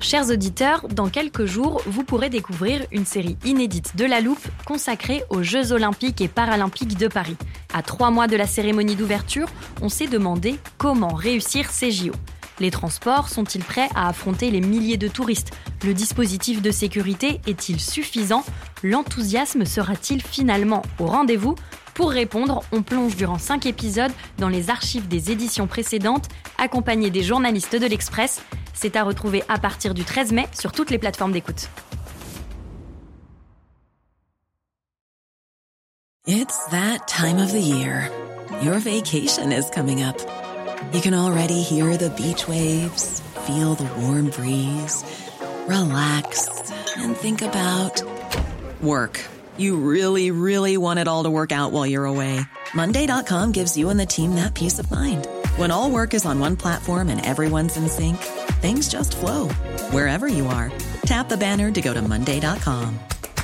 Chers auditeurs, dans quelques jours, vous pourrez découvrir une série inédite de La Loupe consacrée aux Jeux Olympiques et Paralympiques de Paris. À 3 mois de la cérémonie d'ouverture, on s'est demandé comment réussir ces JO. Les transports sont-ils prêts à affronter les milliers de touristes ? Le dispositif de sécurité est-il suffisant ? L'enthousiasme sera-t-il finalement au rendez-vous ? Pour répondre, on plonge durant 5 épisodes dans les archives des éditions précédentes, accompagnés des journalistes de l'Express. C'est à retrouver à partir du 13 mai sur toutes les plateformes d'écoute. It's that time of the year. Your vacation is coming up. You can already hear the beach waves, feel the warm breeze, relax, and think about work. You really, really want it all to work out while you're away. Monday.com gives you and the team that peace of mind. When all work is on one platform and everyone's in sync, things just flow. Wherever you are, tap the banner to go to Monday.com.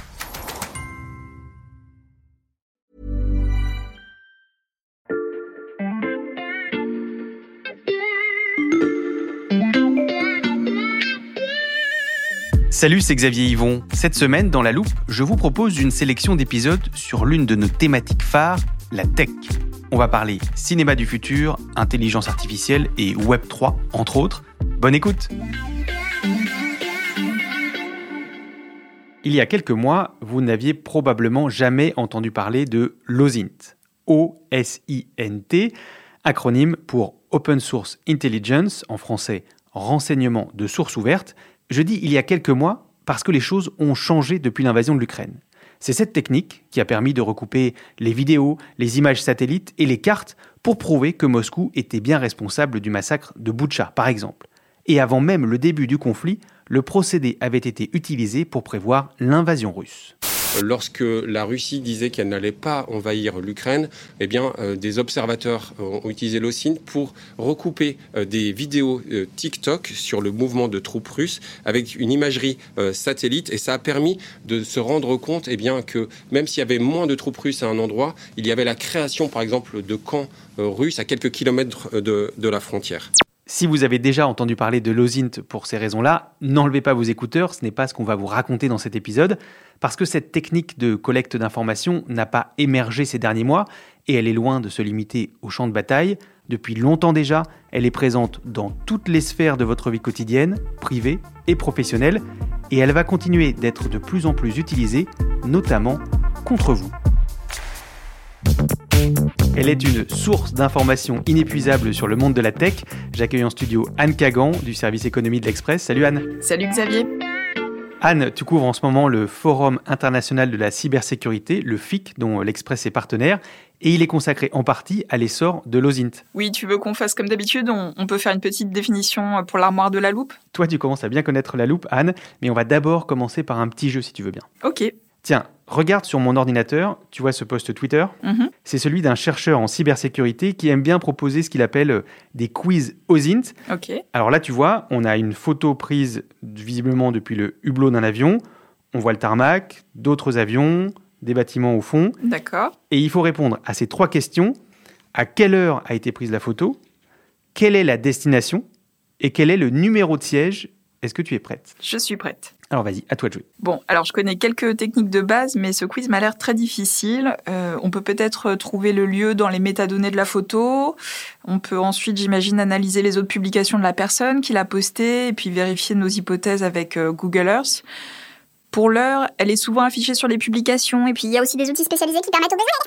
Salut, c'est Xavier Yvon. Cette semaine, dans La Loupe, je vous propose une sélection d'épisodes sur l'une de nos thématiques phares, la tech. On va parler cinéma du futur, intelligence artificielle et Web3, entre autres. Bonne écoute! Il y a quelques mois, vous n'aviez probablement jamais entendu parler de l'OSINT. O-S-I-N-T, acronyme pour Open Source Intelligence, en français renseignement de source ouverte. Je dis il y a quelques mois parce que les choses ont changé depuis l'invasion de l'Ukraine. C'est cette technique qui a permis de recouper les vidéos, les images satellites et les cartes pour prouver que Moscou était bien responsable du massacre de Boutcha, par exemple. Et avant même le début du conflit, le procédé avait été utilisé pour prévoir l'invasion russe. Lorsque la Russie disait qu'elle n'allait pas envahir l'Ukraine, des observateurs ont utilisé l'OSINT pour recouper des vidéos TikTok sur le mouvement de troupes russes avec une imagerie satellite. Et ça a permis de se rendre compte que même s'il y avait moins de troupes russes à un endroit, il y avait la création, par exemple, de camps russes à quelques kilomètres de la frontière. Si vous avez déjà entendu parler de l'OSINT pour ces raisons-là, n'enlevez pas vos écouteurs, ce n'est pas ce qu'on va vous raconter dans cet épisode, parce que cette technique de collecte d'informations n'a pas émergé ces derniers mois, et elle est loin de se limiter au champ de bataille. Depuis longtemps déjà, elle est présente dans toutes les sphères de votre vie quotidienne, privée et professionnelle, et elle va continuer d'être de plus en plus utilisée, notamment contre vous. Elle est une source d'informations inépuisable sur le monde de la tech. J'accueille en studio Anne Kagan du service économie de l'Express. Salut Anne. Salut Xavier. Anne, tu couvres en ce moment le Forum international de la cybersécurité, le FIC, dont l'Express est partenaire, et il est consacré en partie à l'essor de l'OSINT. Oui, tu veux qu'on fasse comme d'habitude, on peut faire une petite définition pour l'armoire de la loupe ? Toi, tu commences à bien connaître la loupe, Anne, mais on va d'abord commencer par un petit jeu si tu veux bien. Ok. Tiens, regarde sur mon ordinateur, tu vois ce post Twitter ? C'est celui d'un chercheur en cybersécurité qui aime bien proposer ce qu'il appelle des quiz OSINT. Ok. Alors là, tu vois, on a une photo prise visiblement depuis le hublot d'un avion. On voit le tarmac, d'autres avions, des bâtiments au fond. D'accord. Et il faut répondre à ces 3 questions. À quelle heure a été prise la photo ? Quelle est la destination ? Et quel est le numéro de siège ? Est-ce que tu es prête ? Je suis prête. Alors vas-y, à toi de jouer. Bon, alors je connais quelques techniques de base, mais ce quiz m'a l'air très difficile. On peut peut-être trouver le lieu dans les métadonnées de la photo. On peut ensuite, j'imagine, analyser les autres publications de la personne qui l'a postée et puis vérifier nos hypothèses avec Google Earth. Pour l'heure, elle est souvent affichée sur les publications. Et puis il y a aussi des outils spécialisés qui permettent aux besoins.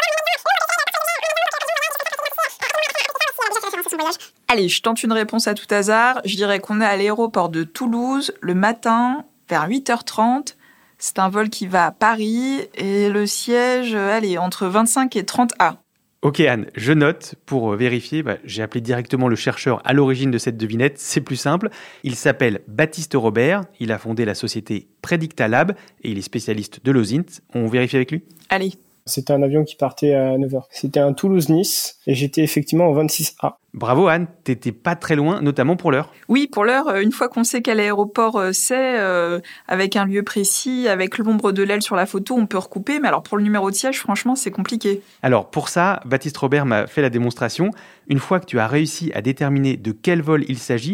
Allez, je tente une réponse à tout hasard. Je dirais qu'on est à l'aéroport de Toulouse le matin, vers 8h30. C'est un vol qui va à Paris et le siège, entre 25 et 30A. Ok Anne, je note. Pour vérifier, j'ai appelé directement le chercheur à l'origine de cette devinette. C'est plus simple. Il s'appelle Baptiste Robert. Il a fondé la société Predictalab et il est spécialiste de l'OSINT. On vérifie avec lui ? Allez. C'était un avion qui partait à 9h. C'était un Toulouse-Nice et j'étais effectivement en 26A. Bravo Anne, t'étais pas très loin, notamment pour l'heure. Oui, pour l'heure, une fois qu'on sait quel aéroport c'est, avec un lieu précis, avec l'ombre de l'aile sur la photo, on peut recouper. Mais alors pour le numéro de siège, franchement, c'est compliqué. Alors pour ça, Baptiste Robert m'a fait la démonstration. Une fois que tu as réussi à déterminer de quel vol il s'agit,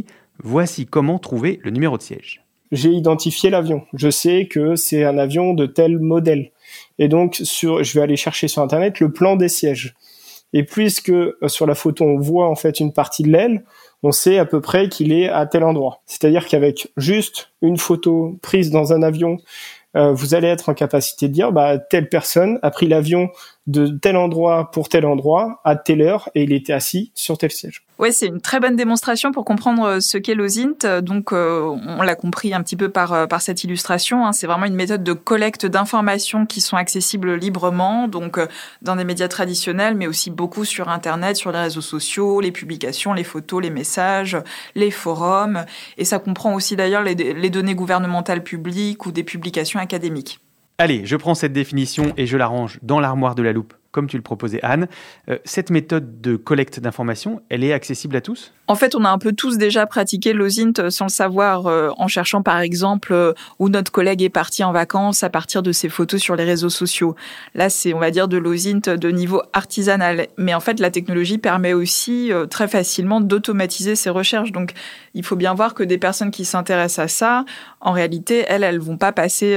Voici comment trouver le numéro de siège. J'ai identifié l'avion. Je sais que c'est un avion de tel modèle. Et donc, je vais aller chercher sur Internet le plan des sièges. Et puisque sur la photo, on voit en fait une partie de l'aile, on sait à peu près qu'il est à tel endroit. C'est-à-dire qu'avec juste une photo prise dans un avion, vous allez être en capacité de dire telle personne a pris l'avion de tel endroit pour tel endroit à telle heure et il était assis sur tel siège. Ouais, c'est une très bonne démonstration pour comprendre ce qu'est l'OSINT. Donc, on l'a compris un petit peu par cette illustration. Hein. C'est vraiment une méthode de collecte d'informations qui sont accessibles librement, donc dans des médias traditionnels, mais aussi beaucoup sur Internet, sur les réseaux sociaux, les publications, les photos, les messages, les forums. Et ça comprend aussi d'ailleurs les données gouvernementales publiques ou des publications académiques. Allez, je prends cette définition et je la range dans l'armoire de la loupe, comme tu le proposais, Anne. Cette méthode de collecte d'informations, elle est accessible à tous ? En fait, on a un peu tous déjà pratiqué l'OSINT sans le savoir, en cherchant par exemple où notre collègue est parti en vacances à partir de ses photos sur les réseaux sociaux. Là, c'est, on va dire, de l'OSINT de niveau artisanal. Mais en fait, la technologie permet aussi très facilement d'automatiser ces recherches. Donc, il faut bien voir que des personnes qui s'intéressent à ça, en réalité, elles vont pas passer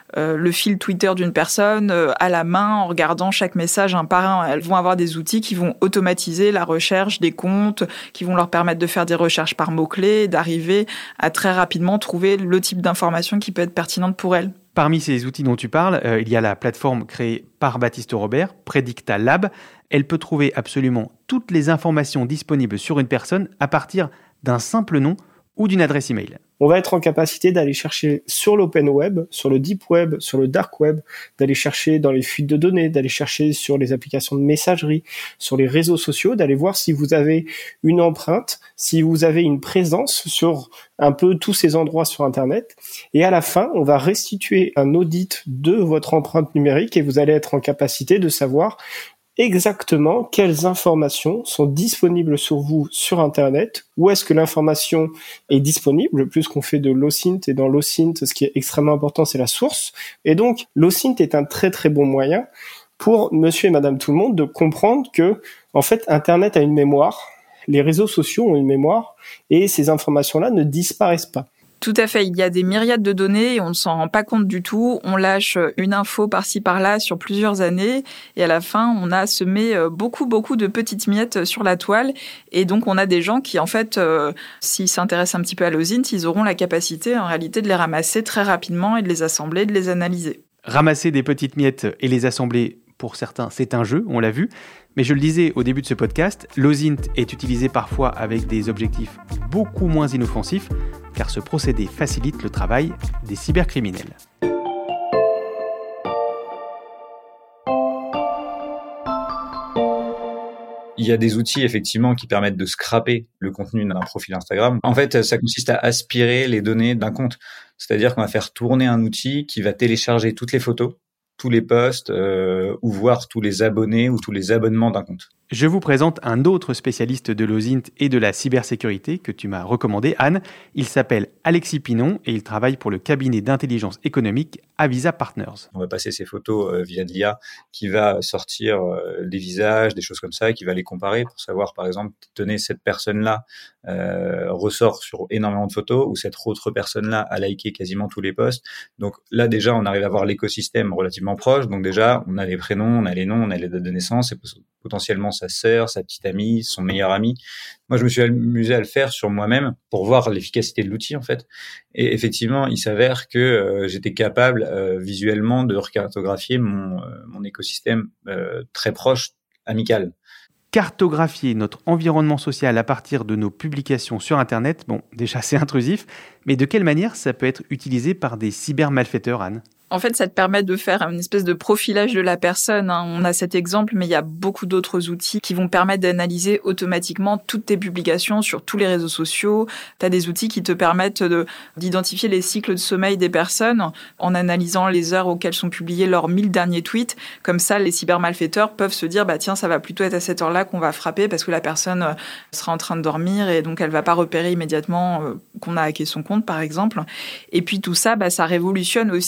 le fil Twitter d'une personne à la main en regardant chaque message un par un. Elles vont avoir des outils qui vont automatiser la recherche des comptes, qui vont leur permettre de faire des recherches par mots-clés, d'arriver à très rapidement trouver le type d'information qui peut être pertinente pour elles. Parmi ces outils dont tu parles, il y a la plateforme créée par Baptiste Robert, Predicta Lab. Elle peut trouver absolument toutes les informations disponibles sur une personne à partir d'un simple nom ou d'une adresse email. On va être en capacité d'aller chercher sur l'open web, sur le deep web, sur le dark web, d'aller chercher dans les fuites de données, d'aller chercher sur les applications de messagerie, sur les réseaux sociaux, d'aller voir si vous avez une empreinte, si vous avez une présence sur un peu tous ces endroits sur Internet. Et à la fin, on va restituer un audit de votre empreinte numérique et vous allez être en capacité de savoir exactement quelles informations sont disponibles sur vous sur Internet, où est-ce que l'information est disponible, puisqu'on fait de l'OSINT, et dans l'OSINT, ce qui est extrêmement important, c'est la source. Et donc, l'OSINT est un très très bon moyen pour monsieur et madame tout le monde de comprendre que, en fait, Internet a une mémoire, les réseaux sociaux ont une mémoire, et ces informations-là ne disparaissent pas. Tout à fait. Il y a des myriades de données et on ne s'en rend pas compte du tout. On lâche une info par-ci par-là sur plusieurs années et à la fin, on a semé beaucoup de petites miettes sur la toile. Et donc, on a des gens qui, en fait, s'ils s'intéressent un petit peu à l'OSINT, ils auront la capacité, en réalité, de les ramasser très rapidement et de les assembler, de les analyser. Ramasser des petites miettes et les assembler, pour certains, c'est un jeu, on l'a vu. Mais je le disais au début de ce podcast, l'OSINT est utilisé parfois avec des objectifs beaucoup moins inoffensifs, car ce procédé facilite le travail des cybercriminels. Il y a des outils effectivement qui permettent de scraper le contenu d'un profil Instagram. En fait, ça consiste à aspirer les données d'un compte. C'est-à-dire qu'on va faire tourner un outil qui va télécharger toutes les photos, tous les posts ou voir tous les abonnés ou tous les abonnements d'un compte. Je vous présente un autre spécialiste de l'OSINT et de la cybersécurité que tu m'as recommandé, Anne. Il s'appelle Alexis Pinon et il travaille pour le cabinet d'intelligence économique Avisa Partners. On va passer ces photos via de l'IA qui va sortir des visages, des choses comme ça, qui va les comparer pour savoir, par exemple, tenez, cette personne-là ressort sur énormément de photos ou cette autre personne-là a liké quasiment tous les posts. Donc là, déjà, on arrive à voir l'écosystème relativement proche. Donc déjà, on a les prénoms, on a les noms, on a les dates de naissance et potentiellement sa sœur, sa petite amie, son meilleur ami. Moi, je me suis amusé à le faire sur moi-même pour voir l'efficacité de l'outil, en fait. Et effectivement, il s'avère que j'étais capable visuellement de recartographier mon écosystème très proche, amical. Cartographier notre environnement social à partir de nos publications sur Internet, bon, déjà c'est intrusif, mais de quelle manière ça peut être utilisé par des cybermalfaiteurs, Anne ? En fait, ça te permet de faire une espèce de profilage de la personne. On a cet exemple, mais il y a beaucoup d'autres outils qui vont permettre d'analyser automatiquement toutes tes publications sur tous les réseaux sociaux. Tu as des outils qui te permettent d'identifier les cycles de sommeil des personnes en analysant les heures auxquelles sont publiés leurs 1000 derniers tweets. Comme ça, les cybermalfaiteurs peuvent se dire, tiens, ça va plutôt être à cette heure-là qu'on va frapper parce que la personne sera en train de dormir et donc elle va pas repérer immédiatement qu'on a hacké son compte, par exemple. Et puis tout ça, ça révolutionne aussi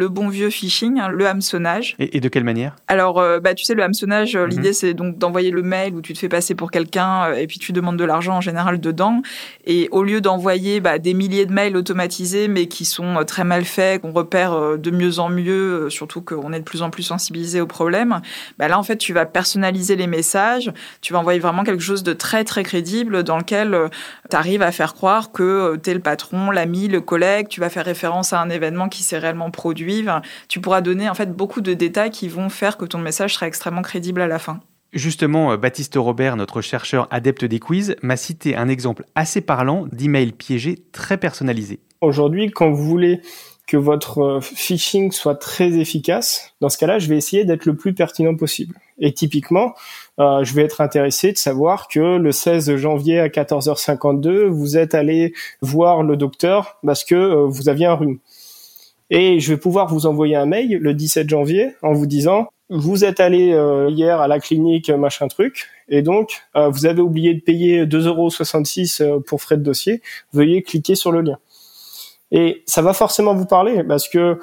le bon vieux phishing, le hameçonnage. Et de quelle manière ? Alors, tu sais, le hameçonnage, l'idée, c'est donc d'envoyer le mail où tu te fais passer pour quelqu'un et puis tu demandes de l'argent en général dedans. Et au lieu d'envoyer des milliers de mails automatisés, mais qui sont très mal faits, qu'on repère de mieux en mieux, surtout qu'on est de plus en plus sensibilisé au problème, là, en fait, tu vas personnaliser les messages. Tu vas envoyer vraiment quelque chose de très, très crédible dans lequel tu arrives à faire croire que tu es le patron, l'ami, le collègue. Tu vas faire référence à un événement qui s'est réellement produit. Enfin, tu pourras donner en fait beaucoup de détails qui vont faire que ton message sera extrêmement crédible à la fin. Justement, Baptiste Robert, notre chercheur adepte des quiz, m'a cité un exemple assez parlant d'email piégé très personnalisé. Aujourd'hui, quand vous voulez que votre phishing soit très efficace, dans ce cas-là, je vais essayer d'être le plus pertinent possible. Et typiquement, je vais être intéressé de savoir que le 16 janvier à 14h52, vous êtes allé voir le docteur parce que vous aviez un rhume. Et je vais pouvoir vous envoyer un mail le 17 janvier en vous disant « Vous êtes allé hier à la clinique machin truc, et donc vous avez oublié de payer 2,66 € pour frais de dossier. Veuillez cliquer sur le lien. » Et ça va forcément vous parler parce que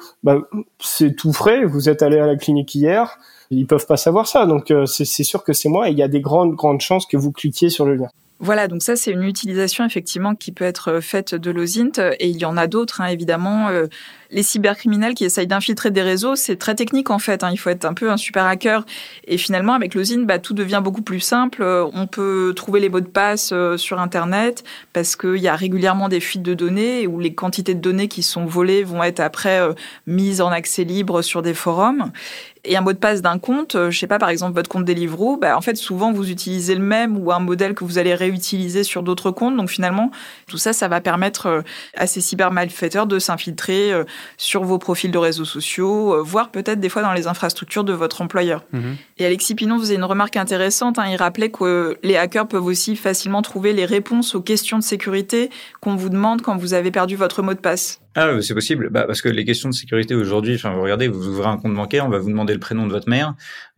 c'est tout frais, vous êtes allé à la clinique hier, ils peuvent pas savoir ça, donc c'est sûr que c'est moi et il y a des grandes chances que vous cliquiez sur le lien. Voilà, donc ça, c'est une utilisation effectivement qui peut être faite de l'OSINT et il y en a d'autres, évidemment. Les cybercriminels qui essayent d'infiltrer des réseaux, c'est très technique en fait. Il faut être un peu un super hacker. Et finalement, avec l'OSINT, tout devient beaucoup plus simple. On peut trouver les mots de passe sur Internet parce qu'il y a régulièrement des fuites de données où les quantités de données qui sont volées vont être après mises en accès libre sur des forums. Et un mot de passe d'un compte, je sais pas, par exemple, votre compte Deliveroo, en fait, souvent, vous utilisez le même ou un modèle que vous allez réutiliser sur d'autres comptes. Donc, finalement, tout ça, ça va permettre à ces cybermalfaiteurs de s'infiltrer sur vos profils de réseaux sociaux, voire peut-être des fois dans les infrastructures de votre employeur. Et Alexis Pinon faisait une remarque intéressante. Il rappelait que les hackers peuvent aussi facilement trouver les réponses aux questions de sécurité qu'on vous demande quand vous avez perdu votre mot de passe. Ah, c'est possible. Parce que les questions de sécurité aujourd'hui, vous regardez, vous ouvrez un compte bancaire, on va vous demander le prénom de votre mère,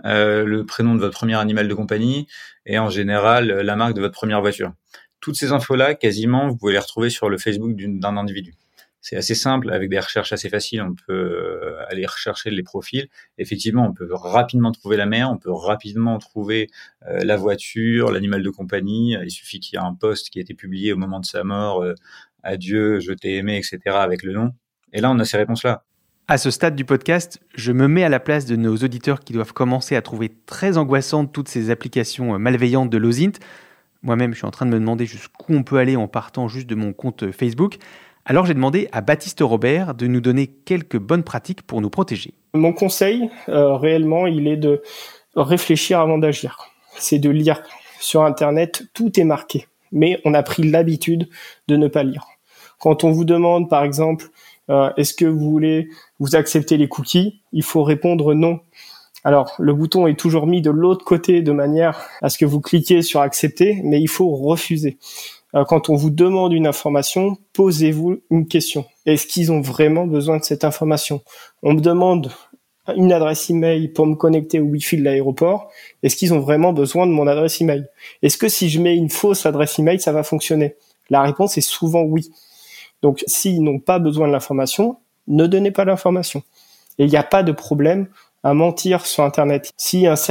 le prénom de votre premier animal de compagnie et en général la marque de votre première voiture. Toutes ces infos-là, quasiment, vous pouvez les retrouver sur le Facebook d'un individu. C'est assez simple, avec des recherches assez faciles, on peut aller rechercher les profils. Effectivement, on peut rapidement trouver la mère, on peut rapidement trouver la voiture, l'animal de compagnie. Il suffit qu'il y ait un post qui a été publié au moment de sa mort, adieu, je t'ai aimé, etc., avec le nom. Et là, on a ces réponses-là. À ce stade du podcast, je me mets à la place de nos auditeurs qui doivent commencer à trouver très angoissantes toutes ces applications malveillantes de l'OSINT. Moi-même, je suis en train de me demander jusqu'où on peut aller en partant juste de mon compte Facebook. Alors j'ai demandé à Baptiste Robert de nous donner quelques bonnes pratiques pour nous protéger. Mon conseil, réellement, il est de réfléchir avant d'agir. C'est de lire. Sur Internet, tout est marqué. Mais on a pris l'habitude de ne pas lire. Quand on vous demande, par exemple, est-ce que vous voulez vous accepter les cookies, il faut répondre non. Alors, le bouton est toujours mis de l'autre côté de manière à ce que vous cliquiez sur accepter, mais il faut refuser. Quand on vous demande une information, posez-vous une question. Est-ce qu'ils ont vraiment besoin de cette information ? On me demande une adresse email pour me connecter au Wi-Fi de l'aéroport. Est-ce qu'ils ont vraiment besoin de mon adresse email ? Est-ce que si je mets une fausse adresse email, ça va fonctionner ? La réponse est souvent oui. Donc, s'ils n'ont pas besoin de l'information, ne donnez pas l'information. Et il n'y a pas de problème à mentir sur Internet. Si un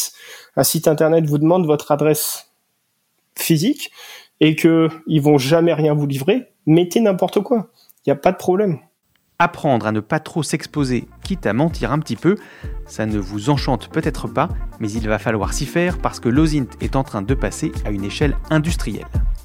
site Internet vous demande votre adresse physique et qu'ils vont jamais rien vous livrer, mettez n'importe quoi. Il n'y a pas de problème. Apprendre à ne pas trop s'exposer, quitte à mentir un petit peu, ça ne vous enchante peut-être pas, mais il va falloir s'y faire parce que l'OSINT est en train de passer à une échelle industrielle.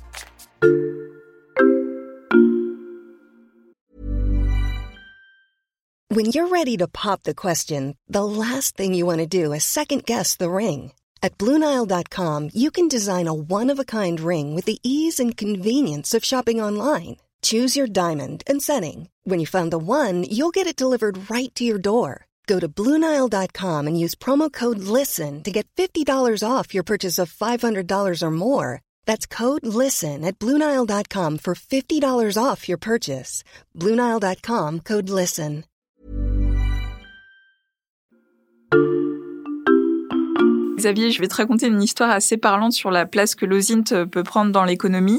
When you're ready to pop the question, the last thing you want to do is second-guess the ring. At BlueNile.com, you can design a one-of-a-kind ring with the ease and convenience of shopping online. Choose your diamond and setting. When you find the one, you'll get it delivered right to your door. Go to BlueNile.com and use promo code LISTEN to get $50 off your purchase of $500 or more. That's code LISTEN at BlueNile.com for $50 off your purchase. BlueNile.com, code LISTEN. Xavier, je vais te raconter une histoire assez parlante sur la place que l'OSINT peut prendre dans l'économie.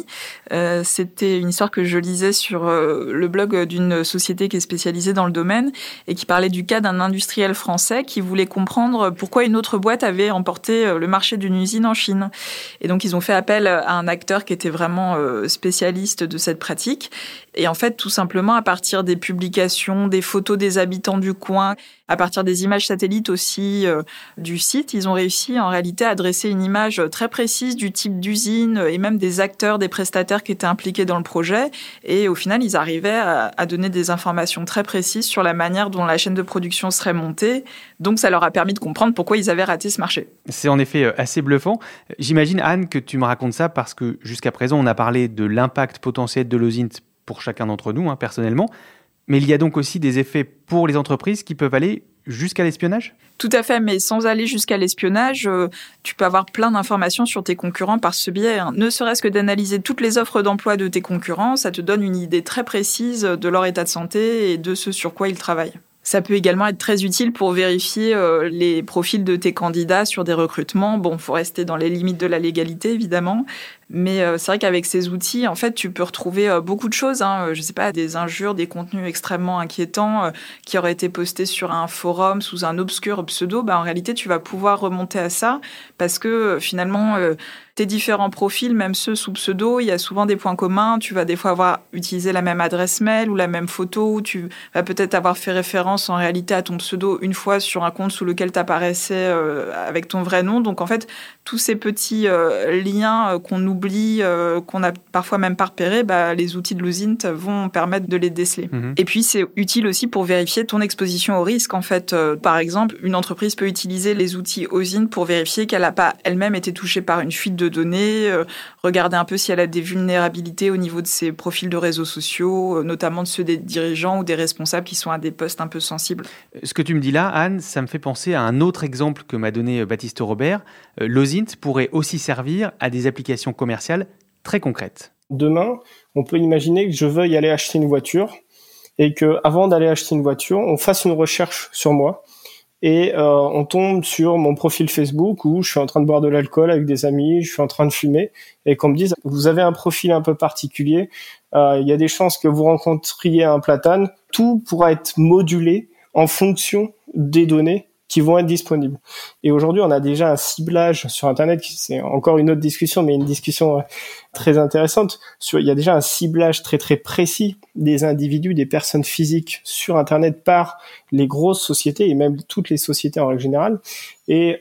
C'était une histoire que je lisais sur le blog d'une société qui est spécialisée dans le domaine et qui parlait du cas d'un industriel français qui voulait comprendre pourquoi une autre boîte avait emporté le marché d'une usine en Chine. Et donc, ils ont fait appel à un acteur qui était vraiment spécialiste de cette pratique. Et en fait, tout simplement, à partir des publications, des photos des habitants du coin, à partir des images satellites aussi du site, ils ont réussi en réalité à dresser une image très précise du type d'usine et même des acteurs, des prestataires qui étaient impliqués dans le projet. Et au final, ils arrivaient à donner des informations très précises sur la manière dont la chaîne de production serait montée. Donc, ça leur a permis de comprendre pourquoi ils avaient raté ce marché. C'est en effet assez bluffant. J'imagine, Anne, que tu me racontes ça parce que jusqu'à présent, on a parlé de l'impact potentiel de l'OSINT pour chacun d'entre nous, personnellement. Mais il y a donc aussi des effets pour les entreprises qui peuvent aller jusqu'à l'espionnage ? Tout à fait, mais sans aller jusqu'à l'espionnage, tu peux avoir plein d'informations sur tes concurrents par ce biais. Ne serait-ce que d'analyser toutes les offres d'emploi de tes concurrents, ça te donne une idée très précise de leur état de santé et de ce sur quoi ils travaillent. Ça peut également être très utile pour vérifier les profils de tes candidats sur des recrutements. Bon, faut rester dans les limites de la légalité, évidemment. Mais c'est vrai qu'avec ces outils, en fait, tu peux retrouver beaucoup de choses. Je sais pas, des injures, des contenus extrêmement inquiétants qui auraient été postés sur un forum sous un obscur pseudo. En réalité, tu vas pouvoir remonter à ça parce que finalement, tes différents profils, même ceux sous pseudo, il y a souvent des points communs. Tu vas des fois avoir utilisé la même adresse mail ou la même photo. Ou tu vas peut-être avoir fait référence en réalité à ton pseudo une fois sur un compte sous lequel tu apparaissais avec ton vrai nom. Donc en fait, tous ces petits liens qu'on oublie, qu'on a parfois même pas repérés, les outils de l'OSINT vont permettre de les déceler. Et puis, c'est utile aussi pour vérifier ton exposition au risque. En fait, par exemple, une entreprise peut utiliser les outils OSINT pour vérifier qu'elle n'a pas elle-même été touchée par une fuite de données, regarder un peu si elle a des vulnérabilités au niveau de ses profils de réseaux sociaux, notamment de ceux des dirigeants ou des responsables qui sont à des postes un peu sensibles. Ce que tu me dis là, Anne, ça me fait penser à un autre exemple que m'a donné Baptiste Robert. L'OSINT pourrait aussi servir à des applications commerciales très concrètes. Demain, on peut imaginer que je veuille aller acheter une voiture et que avant d'aller acheter une voiture, on fasse une recherche sur moi et on tombe sur mon profil Facebook où je suis en train de boire de l'alcool avec des amis, je suis en train de fumer et qu'on me dise vous avez un profil un peu particulier, il y a des chances que vous rencontriez un platane. Tout pourra être modulé en fonction des données qui vont être disponibles. Et aujourd'hui, on a déjà un ciblage sur Internet, c'est encore une autre discussion, mais une discussion très intéressante. Il y a déjà un ciblage très très précis des individus, des personnes physiques sur Internet par les grosses sociétés et même toutes les sociétés en règle générale. Et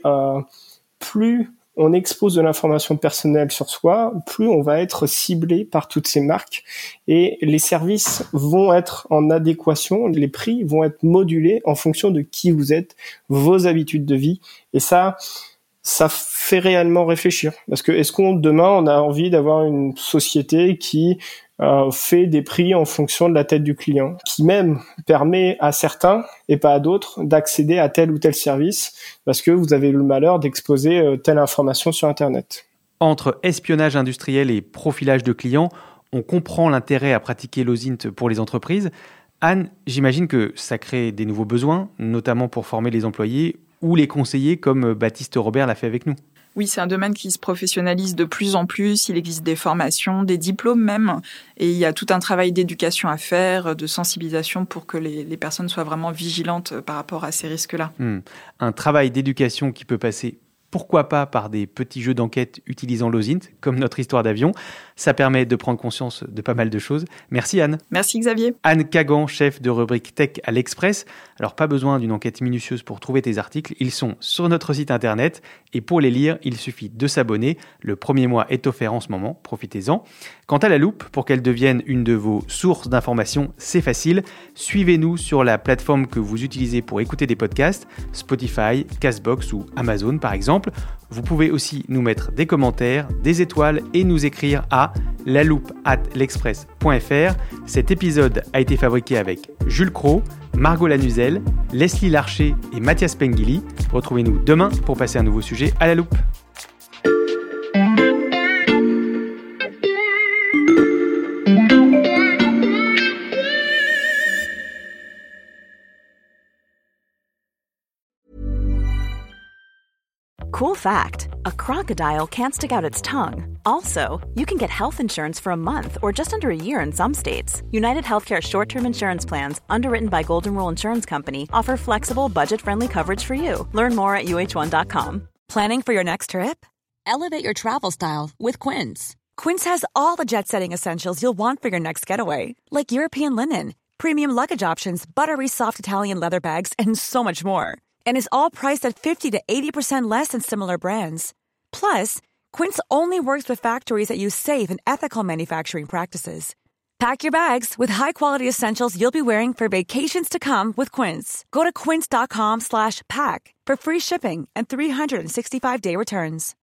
plus on expose de l'information personnelle sur soi, plus on va être ciblé par toutes ces marques et les services vont être en adéquation, les prix vont être modulés en fonction de qui vous êtes, vos habitudes de vie et ça fait réellement réfléchir parce que est-ce qu'on demain on a envie d'avoir une société qui fait des prix en fonction de la tête du client, qui même permet à certains et pas à d'autres d'accéder à tel ou tel service parce que vous avez eu le malheur d'exposer telle information sur Internet. Entre espionnage industriel et profilage de clients, on comprend l'intérêt à pratiquer l'OSINT pour les entreprises. Anne, j'imagine que ça crée des nouveaux besoins, notamment pour former les employés ou les conseillers comme Baptiste Robert l'a fait avec nous. Oui, c'est un domaine qui se professionnalise de plus en plus. Il existe des formations, des diplômes même. Et il y a tout un travail d'éducation à faire, de sensibilisation pour que les personnes soient vraiment vigilantes par rapport à ces risques-là. Un travail d'éducation qui peut passer, pourquoi pas, par des petits jeux d'enquête utilisant l'OSINT, comme notre histoire d'avion. Ça permet de prendre conscience de pas mal de choses. Merci Anne. Merci Xavier. Anne Kagan, chef de rubrique Tech à l'Express. Alors pas besoin d'une enquête minutieuse pour trouver tes articles. Ils sont sur notre site internet et pour les lire, il suffit de s'abonner. Le premier mois est offert en ce moment, profitez-en. Quant à la loupe, pour qu'elle devienne une de vos sources d'informations, c'est facile. Suivez-nous sur la plateforme que vous utilisez pour écouter des podcasts, Spotify, Castbox ou Amazon par exemple. Vous pouvez aussi nous mettre des commentaires, des étoiles et nous écrire à laloupe@l'express.fr. Cet épisode a été fabriqué avec Jules Cros, Margot Lanuzel, Leslie Larcher et Mathias Pengili. Retrouvez-nous demain pour passer un nouveau sujet à la loupe. Cool fact, a crocodile can't stick out its tongue. Also, you can get health insurance for a month or just under a year in some states. United Healthcare short-term insurance plans, underwritten by Golden Rule Insurance Company, offer flexible, budget-friendly coverage for you. Learn more at uh1.com. Planning for your next trip? Elevate your travel style with Quince. Quince has all the jet-setting essentials you'll want for your next getaway, like European linen, premium luggage options, buttery soft Italian leather bags, and so much more. And is all priced at 50 to 80% less than similar brands. Plus, Quince only works with factories that use safe and ethical manufacturing practices. Pack your bags with high-quality essentials you'll be wearing for vacations to come with Quince. Go to quince.com/pack for free shipping and 365-day returns.